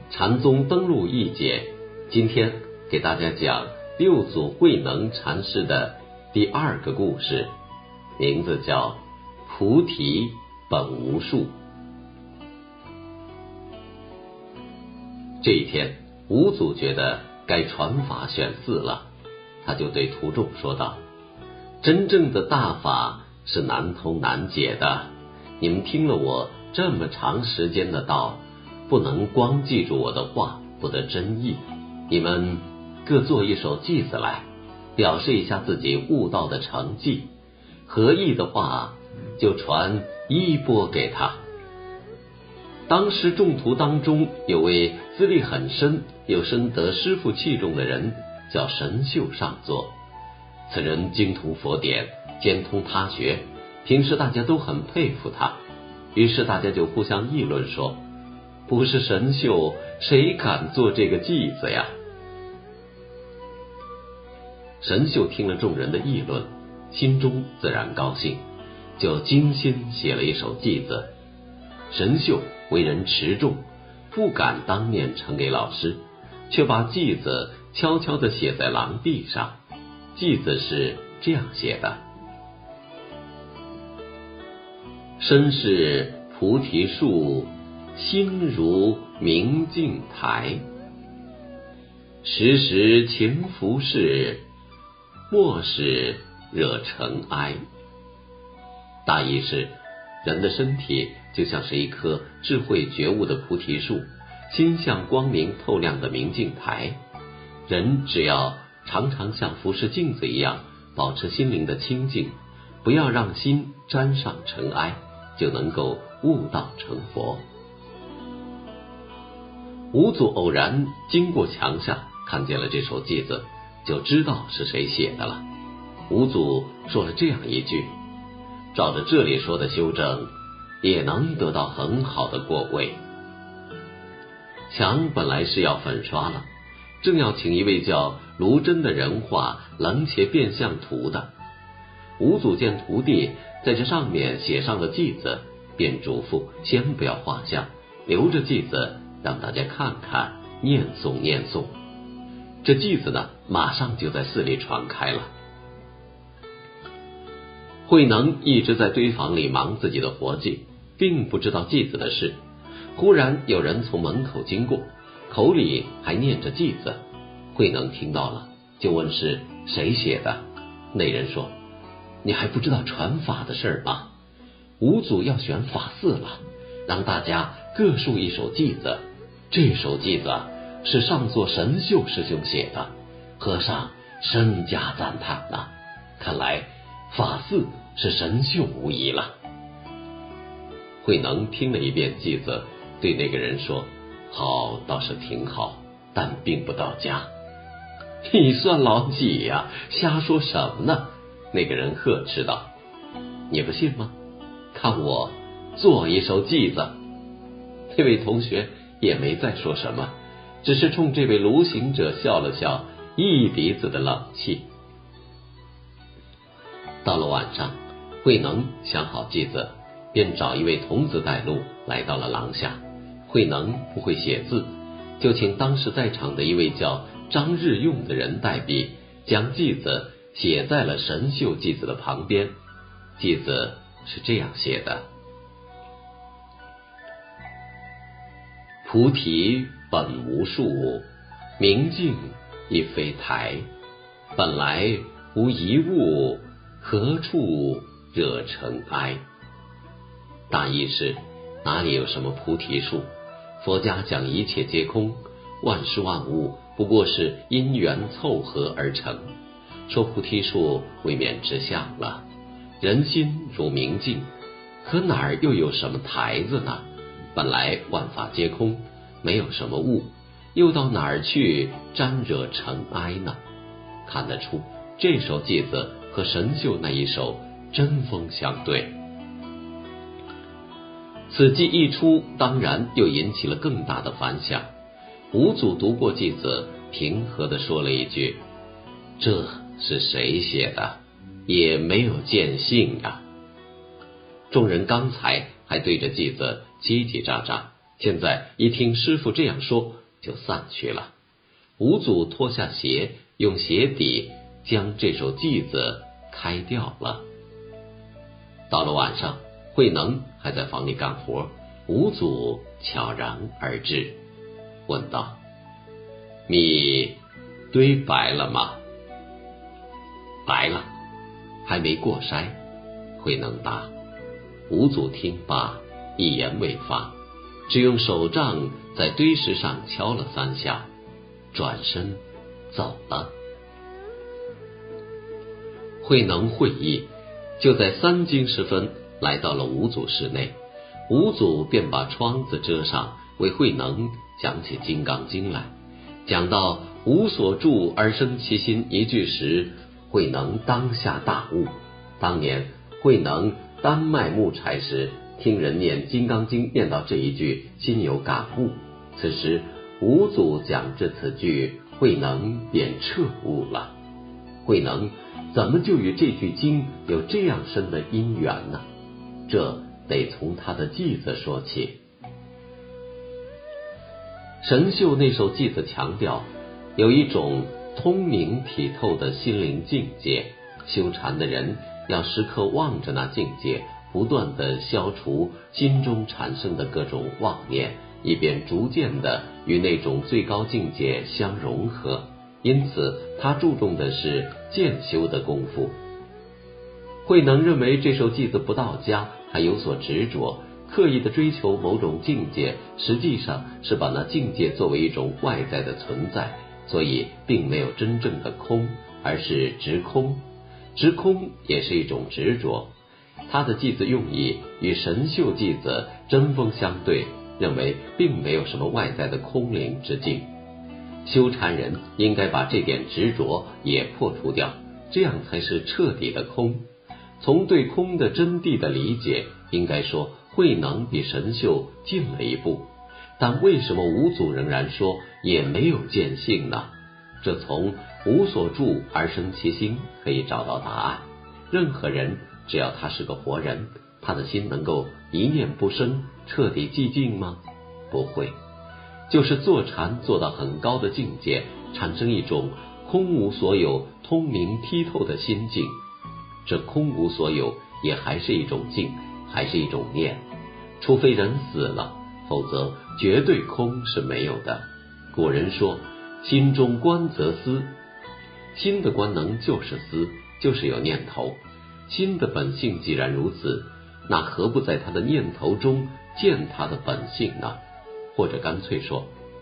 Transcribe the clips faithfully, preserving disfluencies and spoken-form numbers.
禅宗登陆一节，今天给大家讲六祖慧能禅师的第二个故事，名字叫菩提本无树。这一天，五祖觉得该传法选寺了，他就对徒众说道：真正的大法是难通难解的，你们听了我这么长时间的道，不能光记住我的话，不得真意。你们各做一首偈子来，表示一下自己悟道的成绩，合意的话就传衣钵给他。当时众徒当中有位资历很深又深得师父器重的人，叫神秀上座。此人精通佛典，兼通他学，平时大家都很佩服他。于是大家就互相议论说，不是神秀，谁敢做这个偈子呀？神秀听了众人的议论，心中自然高兴，就精心写了一首偈子。神秀为人持重，不敢当面呈给老师，却把偈子悄悄地写在廊壁上。偈子是这样写的：身是菩提树，心如明镜台，时时勤拂拭，莫使惹尘埃。大意是，人的身体就像是一棵智慧觉悟的菩提树，心像光明透亮的明镜台。人只要常常像拂拭镜子一样，保持心灵的清净，不要让心沾上尘埃，就能够悟道成佛。五祖偶然经过墙下，看见了这首偈子，就知道是谁写的了。五祖说了这样一句：照着这里说的修正，也能得到很好的果位。墙本来是要粉刷了，正要请一位叫卢真的人画楞伽变相图的。五祖见徒弟在这上面写上了偈子，便嘱咐先不要画像，留着偈子让大家看看，念诵念诵。这偈子呢，马上就在寺里传开了。慧能一直在堆房里忙自己的活计，并不知道偈子的事。忽然有人从门口经过，口里还念着偈子。慧能听到了，就问是谁写的。那人说：你还不知道传法的事吗？五祖要选法寺了，让大家各述一首偈子。这首偈子是上座神秀师兄写的，和尚深加赞叹啊，看来法寺是神秀无疑了。慧能听了一遍偈子，对那个人说：好，倒是挺好，但并不到家。你算老几呀、啊？瞎说什么呢？那个人呵斥道：你不信吗？看我做一首偈子。那位同学也没再说什么，只是冲这位卢行者笑了笑，一鼻子的冷气。到了晚上，慧能想好偈子，便找一位童子带路，来到了廊下。慧能不会写字，就请当时在场的一位叫张日用的人代笔，将偈子写在了神秀偈子的旁边。偈子是这样写的：菩提本无树，明镜亦非台，本来无一物，何处惹尘埃。大意是，哪里有什么菩提树？佛家讲一切皆空，万事万物不过是因缘凑合而成，说菩提树未免直相了。人心如明镜，可哪儿又有什么台子呢？本来万法皆空，没有什么物，又到哪儿去沾惹尘埃呢？看得出这首偈子和神秀那一首针锋相对。此偈一出，当然又引起了更大的反响。五祖读过偈子，平和地说了一句：这是谁写的？也没有见信啊。众人刚才还对着偈子叽叽喳喳， 现在一听师傅这样说，就散去了。五祖脱下鞋，用鞋底将这首偈子开掉了。到了晚上，慧能还在房里干活，五祖悄然而至，问道：米堆白了吗？白了，还没过筛。慧能答。五祖听罢，一言未发，只用手杖在堆石上敲了三下，转身走了。慧能会意，就在三更时分来到了五祖室内。五祖便把窗子遮上，为慧能讲起《金刚经》来。讲到无所住而生其心一句时，慧能当下大悟。当年慧能单卖木柴时，听人念《金刚经》，念到这一句，心有感悟。此时五祖讲至此句，慧能便彻悟了。慧能怎么就与这句经有这样深的因缘呢？这得从他的偈子说起。神秀那首偈子强调有一种通明体透的心灵境界，修禅的人要时刻望着那境界，不断地消除心中产生的各种妄念，以便逐渐地与那种最高境界相融合。因此他注重的是渐修的功夫。慧能认为这首偈子不到家，还有所执着，刻意的追求某种境界，实际上是把那境界作为一种外在的存在，所以并没有真正的空，而是执空。执空也是一种执着。他的偈子用意与神秀偈子针锋相对，认为并没有什么外在的空灵之境。修禅人应该把这点执着也破除掉，这样才是彻底的空。从对空的真谛的理解，应该说慧能比神秀进了一步。但为什么五祖仍然说也没有见性呢？这从无所住而生其心可以找到答案。任何人只要他是个活人，他的心能够一念不生，彻底寂静吗？不会。就是坐禅做到很高的境界，产生一种空无所有、通明剔透的心境，这空无所有也还是一种境，还是一种念。除非人死了，否则绝对空是没有的。古人说心中观则思，心的官能就是思，就是有念头。心的本性既然如此，那何不在他的念头中见他的本性呢？或者干脆说，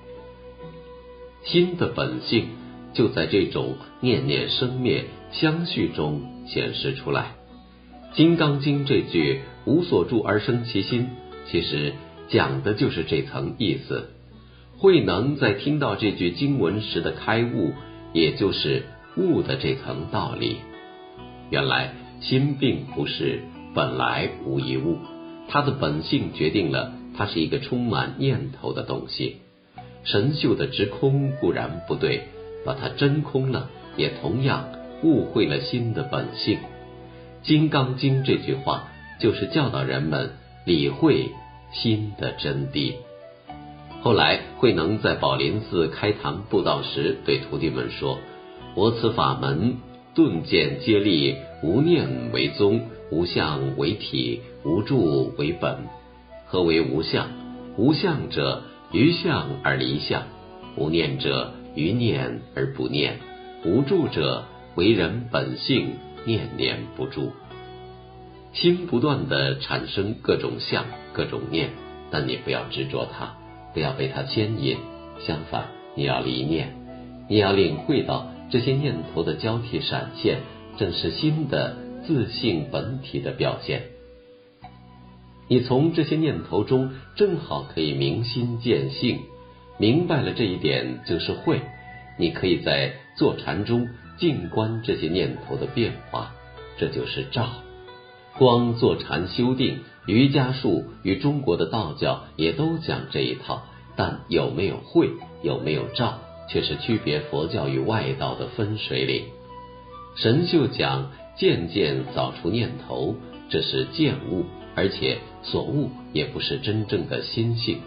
心的本性就在这种念念生灭相续中显示出来。金刚经这句无所住而生其心，其实讲的就是这层意思。慧能在听到这句经文时的开悟，也就是悟的这层道理。原来心并不是本来无一物，它的本性决定了它是一个充满念头的东西。神秀的执空固然不对，把它真空了，也同样误会了心的本性。金刚经这句话就是教导人们理会心的真谛。后来慧能在宝林寺开堂布道时，对徒弟们说：我此法门顿见皆立，无念为宗，无相为体，无住为本。何为无相？无相者，于相而离相；无念者，于念而不念；无住者，为人本性，念念不住。心不断地产生各种相、各种念，但你不要执着它，不要被它牵引。相反，你要离念，你要领会到这些念头的交替闪现，正是心的自性本体的表现。你从这些念头中正好可以明心见性，明白了这一点就是慧。你可以在坐禅中静观这些念头的变化，这就是照。光坐禅修定，瑜伽术与中国的道教也都讲这一套，但有没有慧，有没有照，却是区别佛教与外道的分水岭。神秀讲渐渐扫除念头，这是见悟，而且所悟也不是真正的心性。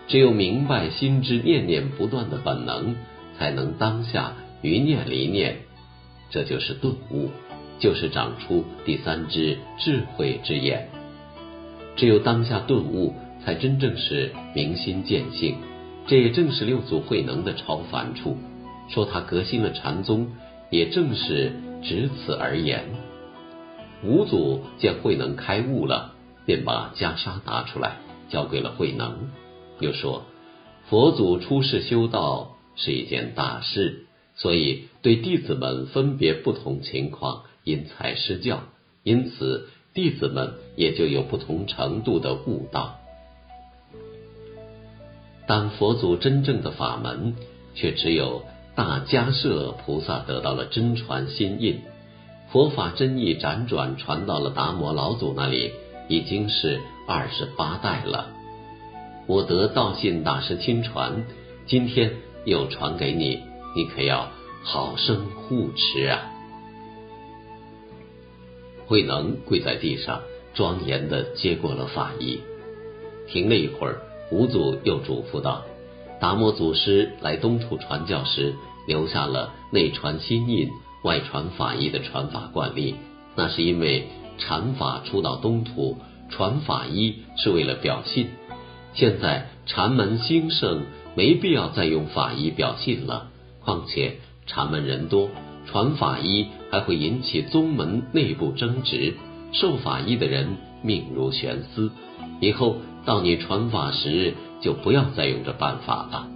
只有明白心之念念不断的本能，才能当下于念离念，这就是顿悟，就是长出第三只智慧之眼。只有当下顿悟，才真正是明心见性，这也正是六祖慧能的超凡处。说他革新了禅宗，也正是只此而言。五祖见慧能开悟了，便把袈裟拿出来交给了慧能，又说佛祖出世修道是一件大事，所以对弟子们分别不同情况因材施教，因此弟子们也就有不同程度的悟道。但佛祖真正的法门，却只有大迦摄菩萨得到了真传心印，佛法真意辗转传到了达摩老祖那里，已经是二十八代了。我得道信大师亲传，今天又传给你，你可要好生护持啊！慧能跪在地上，庄严地接过了法衣。停了一会儿，五祖又嘱咐道：达摩祖师来东土传教时，留下了内传心印、外传法衣的传法惯例，那是因为禅法初到东土，传法衣是为了表信。现在禅门兴盛，没必要再用法衣表信了，况且禅门人多，传法衣还会引起宗门内部争执，受法衣的人命如悬丝，以后到你传法时就不要再用这办法了。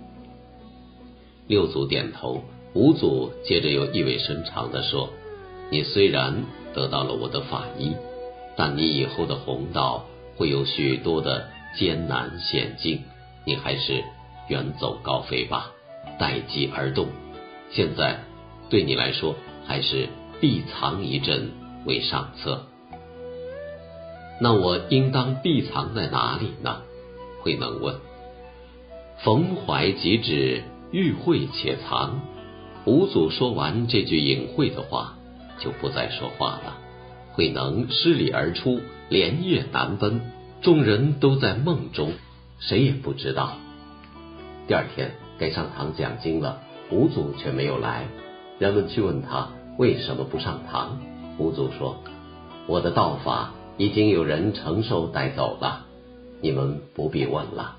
六祖点头，五祖接着又意味深长地说：你虽然得到了我的法衣，但你以后的弘道会有许多的艰难险境，你还是远走高飞吧，待机而动。现在对你来说，还是避藏一阵为上策。那我应当避藏在哪里呢？慧能问。逢怀即止，欲会且藏。五祖说完这句隐晦的话，就不再说话了。慧能失礼而出，连夜南奔，众人都在梦中，谁也不知道。第二天该上堂讲经了，五祖却没有来。人们去问他为什么不上堂，五祖说：我的道法已经有人承受带走了，你们不必问了。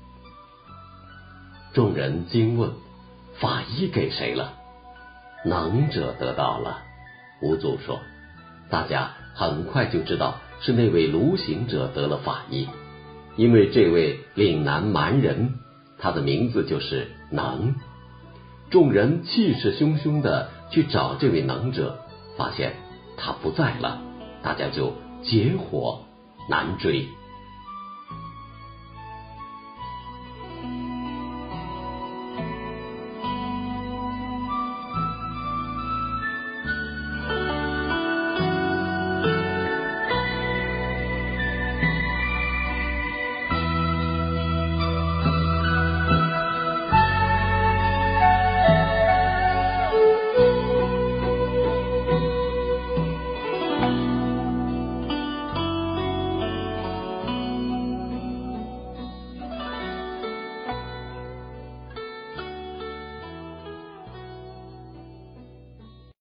众人惊问：法衣给谁了？能者得到了。五祖说：大家很快就知道是那位卢行者得了法衣，因为这位岭南蛮人，他的名字就是能。众人气势汹汹地去找这位能者，发现他不在了，大家就结伙南追。